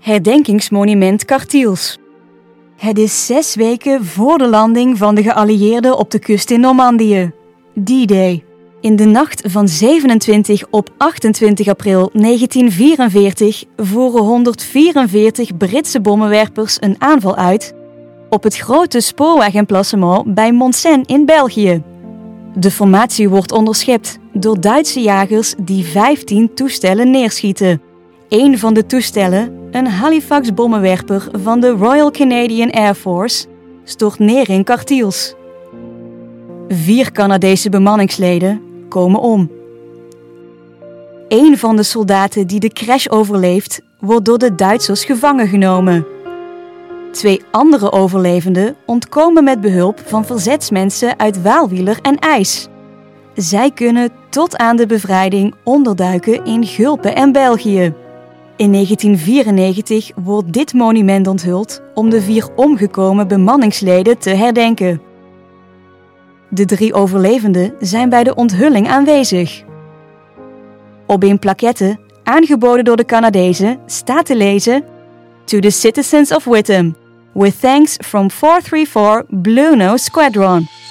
Herdenkingsmonument Cartiels. Het is 6 weken voor de landing van de geallieerden op de kust in Normandië. D-Day. In de nacht van 27 op 28 april 1944 voeren 144 Britse bommenwerpers een aanval uit op het grote spoorwegemplacement bij Montseny in België. De formatie wordt onderschept door Duitse jagers die 15 toestellen neerschieten. Een van de toestellen, een Halifax-bommenwerper van de Royal Canadian Air Force, stort neer in Cartiels. 4 Canadese bemanningsleden komen om. Een van de soldaten die de crash overleeft, wordt door de Duitsers gevangen genomen. 2 andere overlevenden ontkomen met behulp van verzetsmensen uit Waalwieler en IJs. Zij kunnen tot aan de bevrijding onderduiken in Gulpen en België. In 1994 wordt dit monument onthuld om de 4 omgekomen bemanningsleden te herdenken. De 3 overlevenden zijn bij de onthulling aanwezig. Op een plaquette, aangeboden door de Canadezen, staat te lezen: To the citizens of Witham, with thanks from 434 Blue Nose Squadron.